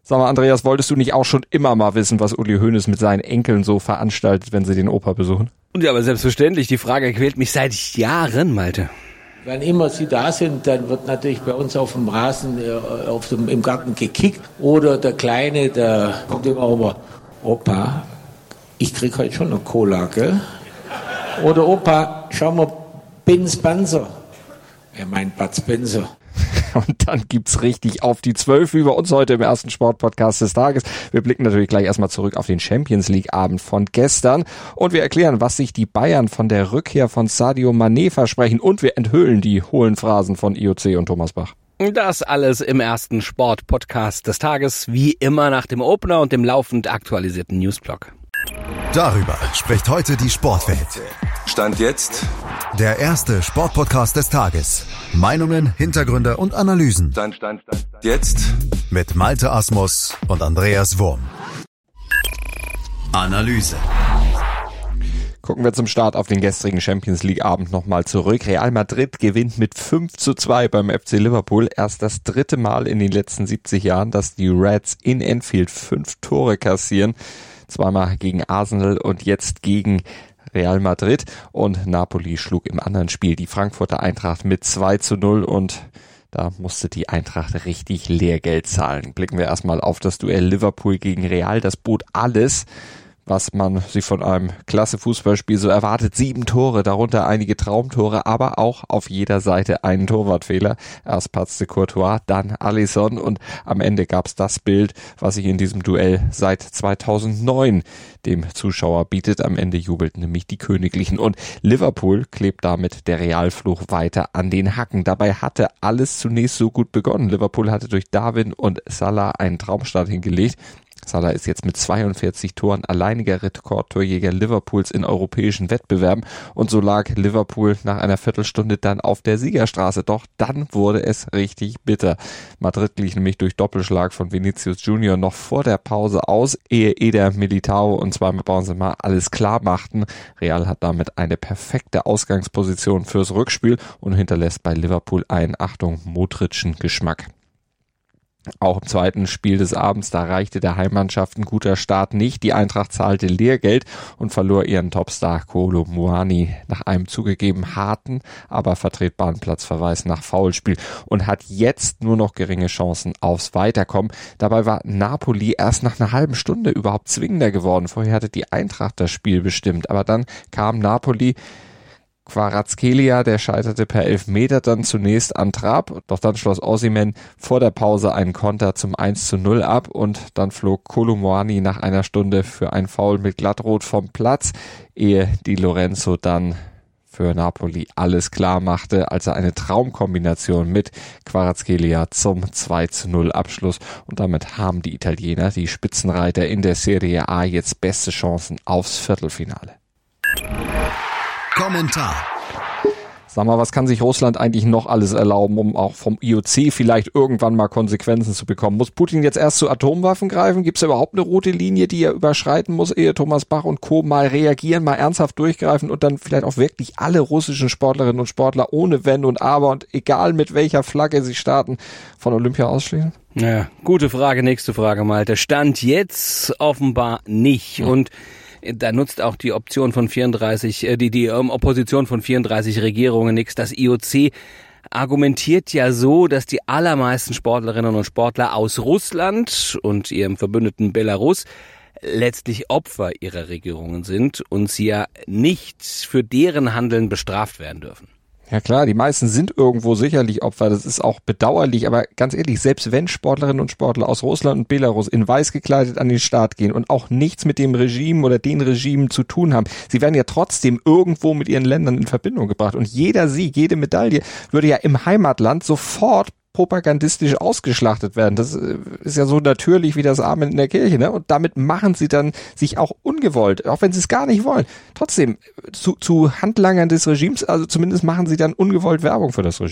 Sag mal, Andreas, wolltest du nicht auch schon immer mal wissen, was Uli Hoeneß mit seinen Enkeln so veranstaltet, wenn sie den Opa besuchen? Ja, aber selbstverständlich, die Frage quält mich seit Jahren, Malte. Wann immer sie da sind, dann wird natürlich bei uns auf dem Rasen im Garten gekickt. Oder der Kleine, der kommt immer rüber, Opa, ich krieg heute schon eine Cola, gell? Oder Opa, schau mal, Bud Spencer. Er meint Bud Spencer. Und dann gibt's richtig auf die 12 über uns heute im ersten Sportpodcast des Tages. Wir blicken natürlich gleich erstmal zurück auf den Champions-League-Abend von gestern und wir erklären, was sich die Bayern von der Rückkehr von Sadio Mané versprechen und wir enthüllen die hohlen Phrasen von IOC und Thomas Bach. Das alles im ersten Sportpodcast des Tages, wie immer nach dem Opener und dem laufend aktualisierten Newsblog. Darüber spricht heute die Sportwelt. Stand jetzt Der erste Sportpodcast des Tages. Meinungen, Hintergründe und Analysen. Stand jetzt Mit Malte Asmus und Andreas Wurm. Analyse. Gucken wir zum Start auf den gestrigen Champions-League-Abend nochmal zurück. Real Madrid gewinnt mit 5:2 beim FC Liverpool. Erst das dritte Mal in den letzten 70 Jahren, dass die Reds in Anfield 5 Tore kassieren. Zweimal gegen Arsenal und jetzt gegen Real Madrid. Und Napoli schlug im anderen Spiel die Frankfurter Eintracht mit 2:0 und da musste die Eintracht richtig Lehrgeld zahlen. Blicken wir erstmal auf das Duell Liverpool gegen Real. Das bot alles, was man sich von einem klasse Fußballspiel so erwartet. 7 Tore, darunter einige Traumtore, aber auch auf jeder Seite einen Torwartfehler. Erst patzte Courtois, dann Alisson und am Ende gab's das Bild, was sich in diesem Duell seit 2009 dem Zuschauer bietet. Am Ende jubelten nämlich die Königlichen und Liverpool klebt damit der Realfluch weiter an den Hacken. Dabei hatte alles zunächst so gut begonnen. Liverpool hatte durch Darwin und Salah einen Traumstart hingelegt. Salah ist jetzt mit 42 Toren alleiniger Rekordtorjäger Liverpools in europäischen Wettbewerben und so lag Liverpool nach einer Viertelstunde dann auf der Siegerstraße. Doch dann wurde es richtig bitter. Madrid glich nämlich durch Doppelschlag von Vinicius Junior noch vor der Pause aus, ehe Eder, Militao und zweimal Benzema alles klar machten. Real hat damit eine perfekte Ausgangsposition fürs Rückspiel und hinterlässt bei Liverpool einen, Achtung, modrischen Geschmack. Auch im zweiten Spiel des Abends, da reichte der Heimmannschaft ein guter Start nicht. Die Eintracht zahlte Lehrgeld und verlor ihren Topstar Kolo Muani nach einem zugegeben harten, aber vertretbaren Platzverweis nach Foulspiel und hat jetzt nur noch geringe Chancen aufs Weiterkommen. Dabei war Napoli erst nach einer halben Stunde überhaupt zwingender geworden. Vorher hatte die Eintracht das Spiel bestimmt, aber dann kam Napoli. Kvaratskhelia, der scheiterte per Elfmeter dann zunächst an Trapp, doch dann schloss Osimhen vor der Pause einen Konter zum 1:0 ab und dann flog Kolo Muani nach einer Stunde für ein Foul mit Glattrot vom Platz, ehe Di Lorenzo dann für Napoli alles klar machte, als er eine Traumkombination mit Kvaratskhelia zum 2:0 Abschluss und damit haben die Italiener, die Spitzenreiter in der Serie A, jetzt beste Chancen aufs Viertelfinale. Kommentar. Sag mal, was kann sich Russland eigentlich noch alles erlauben, um auch vom IOC vielleicht irgendwann mal Konsequenzen zu bekommen? Muss Putin jetzt erst zu Atomwaffen greifen? Gibt es überhaupt eine rote Linie, die er überschreiten muss, ehe Thomas Bach und Co. mal reagieren, mal ernsthaft durchgreifen und dann vielleicht auch wirklich alle russischen Sportlerinnen und Sportler ohne Wenn und Aber und egal mit welcher Flagge sie starten, von Olympia ausschließen? Ja, gute Frage, nächste Frage, Malte. Stand jetzt offenbar nicht und da nutzt auch die Option von 34, die Opposition von 34 Regierungen nichts. Das IOC argumentiert ja so, dass die allermeisten Sportlerinnen und Sportler aus Russland und ihrem Verbündeten Belarus letztlich Opfer ihrer Regierungen sind und sie ja nicht für deren Handeln bestraft werden dürfen. Ja klar, die meisten sind irgendwo sicherlich Opfer, das ist auch bedauerlich, aber ganz ehrlich, selbst wenn Sportlerinnen und Sportler aus Russland und Belarus in weiß gekleidet an den Start gehen und auch nichts mit dem Regime oder den Regimen zu tun haben, sie werden ja trotzdem irgendwo mit ihren Ländern in Verbindung gebracht und jeder Sieg, jede Medaille würde ja im Heimatland sofort propagandistisch ausgeschlachtet werden. Das ist ja so natürlich wie das Amen in der Kirche, ne? Und damit machen sie dann sich auch ungewollt, auch wenn sie es gar nicht wollen. Trotzdem zu Handlangern des Regimes, also zumindest machen sie dann ungewollt Werbung für das Regime.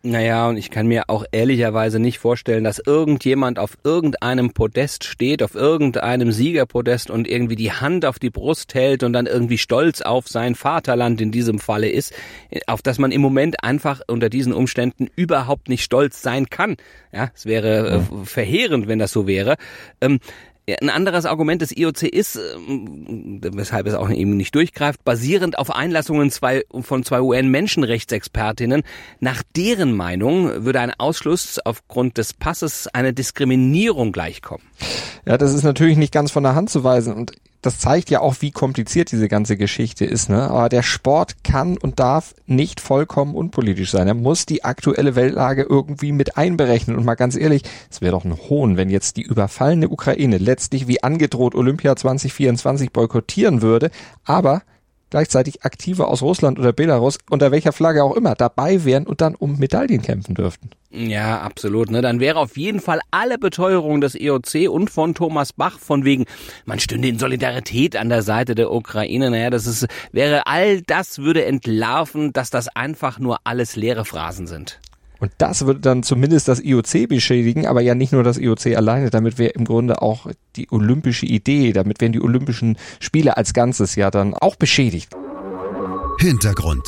Naja, und ich kann mir auch ehrlicherweise nicht vorstellen, dass irgendjemand auf irgendeinem Podest steht, auf irgendeinem Siegerpodest und irgendwie die Hand auf die Brust hält und dann irgendwie stolz auf sein Vaterland in diesem Falle ist, auf das man im Moment einfach unter diesen Umständen überhaupt nicht stolz sein kann. Ja, es wäre verheerend, wenn das so wäre. Ein anderes Argument des IOC ist, weshalb es auch eben nicht durchgreift, basierend auf Einlassungen von zwei UN-Menschenrechtsexpertinnen. Nach deren Meinung würde ein Ausschluss aufgrund des Passes eine Diskriminierung gleichkommen. Ja, das ist natürlich nicht ganz von der Hand zu weisen und das zeigt ja auch, wie kompliziert diese ganze Geschichte ist, ne? Aber der Sport kann und darf nicht vollkommen unpolitisch sein. Er muss die aktuelle Weltlage irgendwie mit einberechnen. Und mal ganz ehrlich, es wäre doch ein Hohn, wenn jetzt die überfallene Ukraine letztlich wie angedroht Olympia 2024 boykottieren würde, aber gleichzeitig Aktive aus Russland oder Belarus, unter welcher Flagge auch immer, dabei wären und dann um Medaillen kämpfen dürften. Ja, absolut. Ne? Dann wäre auf jeden Fall alle Beteuerung des IOC und von Thomas Bach von wegen, man stünde in Solidarität an der Seite der Ukraine. Naja, all das würde entlarven, dass das einfach nur alles leere Phrasen sind. Und das würde dann zumindest das IOC beschädigen, aber ja nicht nur das IOC alleine, damit wäre im Grunde auch die olympische Idee, damit wären die Olympischen Spiele als Ganzes ja dann auch beschädigt. Hintergrund.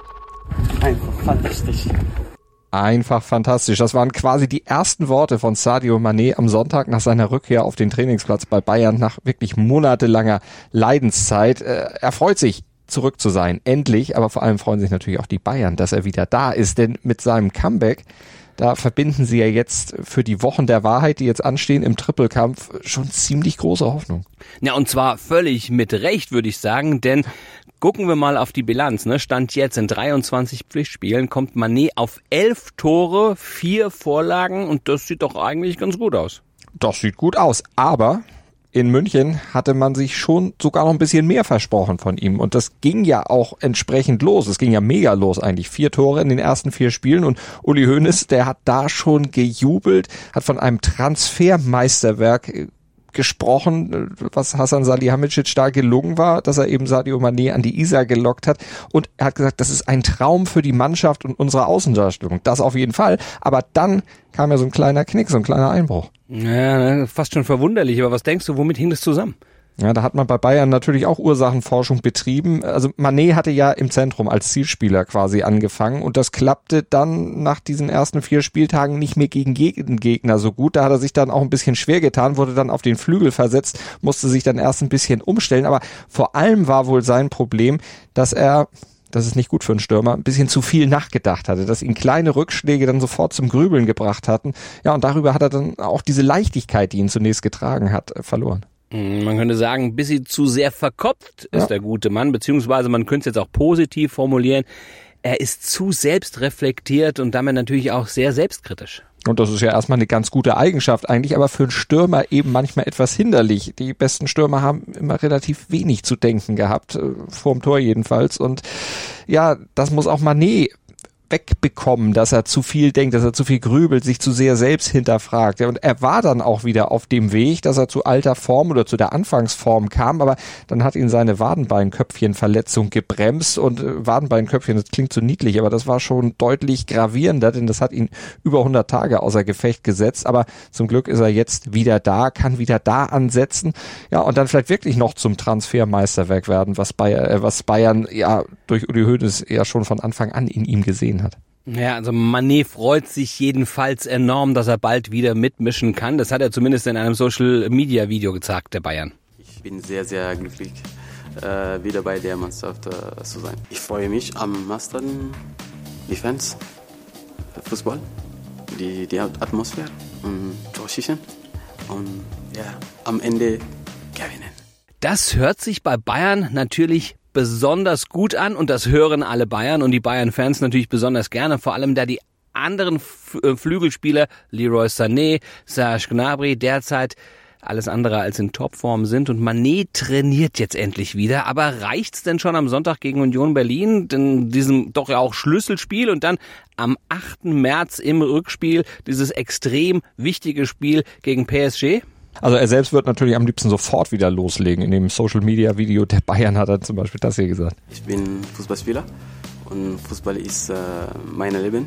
Einfach fantastisch. Das waren quasi die ersten Worte von Sadio Mané am Sonntag nach seiner Rückkehr auf den Trainingsplatz bei Bayern nach wirklich monatelanger Leidenszeit. Er freut sich, zurück zu sein, endlich, aber vor allem freuen sich natürlich auch die Bayern, dass er wieder da ist, denn mit seinem Comeback, da verbinden sie ja jetzt für die Wochen der Wahrheit, die jetzt anstehen im Trippelkampf, schon ziemlich große Hoffnung. Ja, und zwar völlig mit Recht, würde ich sagen, denn gucken wir mal auf die Bilanz, ne? Stand jetzt in 23 Pflichtspielen, kommt Mané auf 11 Tore, 4 Vorlagen und das sieht doch eigentlich ganz gut aus. Das sieht gut aus, aber in München hatte man sich schon sogar noch ein bisschen mehr versprochen von ihm. Und das ging ja auch entsprechend los. Es ging ja mega los eigentlich. 4 Tore in den ersten 4 Spielen. Und Uli Hoeneß, der hat da schon gejubelt, hat von einem Transfermeisterwerk gesprochen, was Hasan Salihamidzic da gelungen war, dass er eben Sadio Mané an die Isar gelockt hat. Und er hat gesagt, das ist ein Traum für die Mannschaft und unsere Außendarstellung. Das auf jeden Fall. Aber dann kam ja so ein kleiner Knick, so ein kleiner Einbruch. Ja, fast schon verwunderlich. Aber was denkst du, womit hing das zusammen? Ja, da hat man bei Bayern natürlich auch Ursachenforschung betrieben. Also Mané hatte ja im Zentrum als Zielspieler quasi angefangen und das klappte dann nach diesen ersten 4 Spieltagen nicht mehr gegen jeden Gegner so gut. Da hat er sich dann auch ein bisschen schwer getan, wurde dann auf den Flügel versetzt, musste sich dann erst ein bisschen umstellen. Aber vor allem war wohl sein Problem, dass er, das ist nicht gut für einen Stürmer, ein bisschen zu viel nachgedacht hatte, dass ihn kleine Rückschläge dann sofort zum Grübeln gebracht hatten. Ja, und darüber hat er dann auch diese Leichtigkeit, die ihn zunächst getragen hat, verloren. Man könnte sagen, ein bisschen zu sehr verkopft ist der gute Mann, beziehungsweise man könnte es jetzt auch positiv formulieren. Er ist zu selbstreflektiert und damit natürlich auch sehr selbstkritisch. Und das ist ja erstmal eine ganz gute Eigenschaft eigentlich, aber für einen Stürmer eben manchmal etwas hinderlich. Die besten Stürmer haben immer relativ wenig zu denken gehabt, vorm Tor jedenfalls. Und ja, das muss auch Mané wegbekommen, dass er zu viel denkt, dass er zu viel grübelt, sich zu sehr selbst hinterfragt. Und er war dann auch wieder auf dem Weg, dass er zu alter Form oder zu der Anfangsform kam, aber dann hat ihn seine Wadenbeinköpfchenverletzung gebremst und Wadenbeinköpfchen, das klingt so niedlich, aber das war schon deutlich gravierender, denn das hat ihn über 100 Tage außer Gefecht gesetzt, aber zum Glück ist er jetzt wieder da, kann wieder da ansetzen, ja, und dann vielleicht wirklich noch zum Transfermeisterwerk werden, was Bayern ja durch Uli Hoeneß ja schon von Anfang an in ihm gesehen hat. Ja, also Mané freut sich jedenfalls enorm, dass er bald wieder mitmischen kann. Das hat er zumindest in einem Social-Media-Video gezeigt, der Bayern. Ich bin sehr, sehr glücklich, wieder bei der Mannschaft zu sein. Ich freue mich am meisten, die Fans, Fußball, die Atmosphäre und Torschießen und ja, am Ende gewinnen. Das hört sich bei Bayern natürlich besonders gut an und das hören alle Bayern und die Bayern-Fans natürlich besonders gerne, vor allem da die anderen Flügelspieler, Leroy Sané, Serge Gnabry, derzeit alles andere als in Topform sind und Mané trainiert jetzt endlich wieder, aber reicht's denn schon am Sonntag gegen Union Berlin, in diesem doch ja auch Schlüsselspiel und dann am 8. März im Rückspiel dieses extrem wichtige Spiel gegen PSG? Also er selbst wird natürlich am liebsten sofort wieder loslegen. In dem Social-Media-Video der Bayern hat er zum Beispiel das hier gesagt. Ich bin Fußballspieler und Fußball ist mein Leben.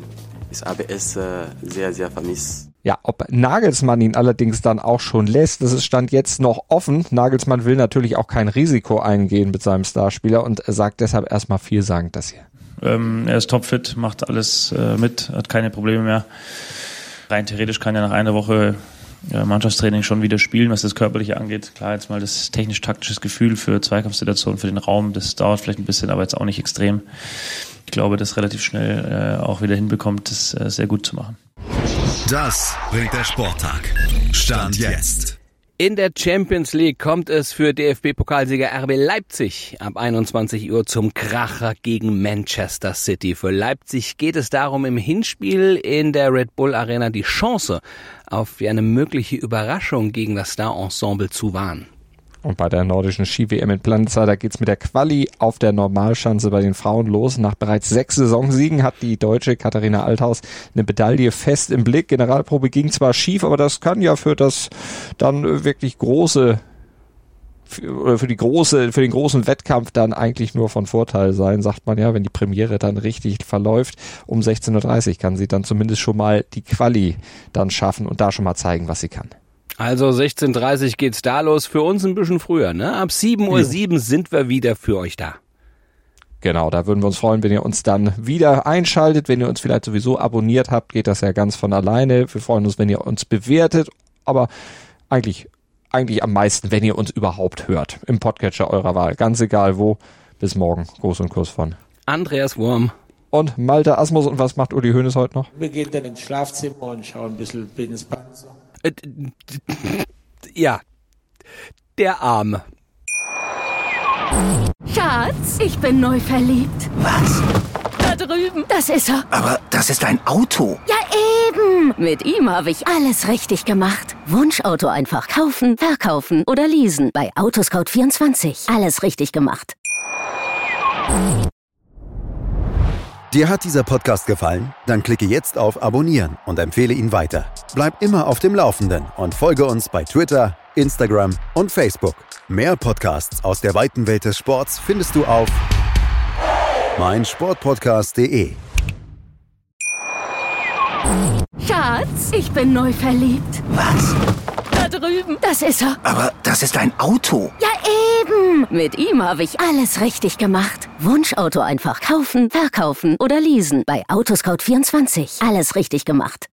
Ich habe es sehr, sehr vermisst. Ja, ob Nagelsmann ihn allerdings dann auch schon lässt, das ist Stand jetzt noch offen. Nagelsmann will natürlich auch kein Risiko eingehen mit seinem Starspieler und sagt deshalb erstmal vielsagend das hier. Er ist topfit, macht alles mit, hat keine Probleme mehr. Rein theoretisch kann er nach einer Woche Mannschaftstraining schon wieder spielen, was das Körperliche angeht. Klar, jetzt mal das technisch-taktisches Gefühl für Zweikampfsituationen, für den Raum, das dauert vielleicht ein bisschen, aber jetzt auch nicht extrem. Ich glaube, das relativ schnell auch wieder hinbekommt, das sehr gut zu machen. Das bringt der Sporttag. Stand jetzt. In der Champions League kommt es für DFB-Pokalsieger RB Leipzig ab 21 Uhr zum Kracher gegen Manchester City. Für Leipzig geht es darum, im Hinspiel in der Red Bull Arena die Chance auf eine mögliche Überraschung gegen das Star-Ensemble zu wahren. Und bei der nordischen Ski-WM in Planitza, da geht's mit der Quali auf der Normalschanze bei den Frauen los. Nach bereits 6 Saisonsiegen hat die Deutsche Katharina Althaus eine Medaille fest im Blick. Generalprobe ging zwar schief, aber das kann ja für das dann wirklich große, oder für den großen Wettkampf dann eigentlich nur von Vorteil sein, sagt man ja, wenn die Premiere dann richtig verläuft. Um 16:30 Uhr kann sie dann zumindest schon mal die Quali dann schaffen und da schon mal zeigen, was sie kann. Also 16:30 Uhr geht's da los, für uns ein bisschen früher, ne? Ab 7:07 Uhr sind wir wieder für euch da. Genau, da würden wir uns freuen, wenn ihr uns dann wieder einschaltet. Wenn ihr uns vielleicht sowieso abonniert habt, geht das ja ganz von alleine. Wir freuen uns, wenn ihr uns bewertet, aber eigentlich am meisten, wenn ihr uns überhaupt hört. Im Podcatcher eurer Wahl, ganz egal wo. Bis morgen. Gruß und Kuss von Andreas Wurm und Malte Asmus. Und was macht Uli Hoeneß heute noch? Wir gehen dann ins Schlafzimmer und schauen ein bisschen Binnens Panzer. Ja, der Arme. Schatz, ich bin neu verliebt. Was? Da drüben. Das ist er. Aber das ist ein Auto. Ja, eben. Mit ihm habe ich alles richtig gemacht. Wunschauto einfach kaufen, verkaufen oder leasen. Bei Autoscout24. Alles richtig gemacht. Dir hat dieser Podcast gefallen? Dann klicke jetzt auf Abonnieren und empfehle ihn weiter. Bleib immer auf dem Laufenden und folge uns bei Twitter, Instagram und Facebook. Mehr Podcasts aus der weiten Welt des Sports findest du auf meinsportpodcast.de. Schatz, ich bin neu verliebt. Was? Da drüben. Das ist er. Aber das ist ein Auto. Ja, eben. Mit ihm habe ich alles richtig gemacht. Wunschauto einfach kaufen, verkaufen oder leasen. Bei Autoscout24. Alles richtig gemacht.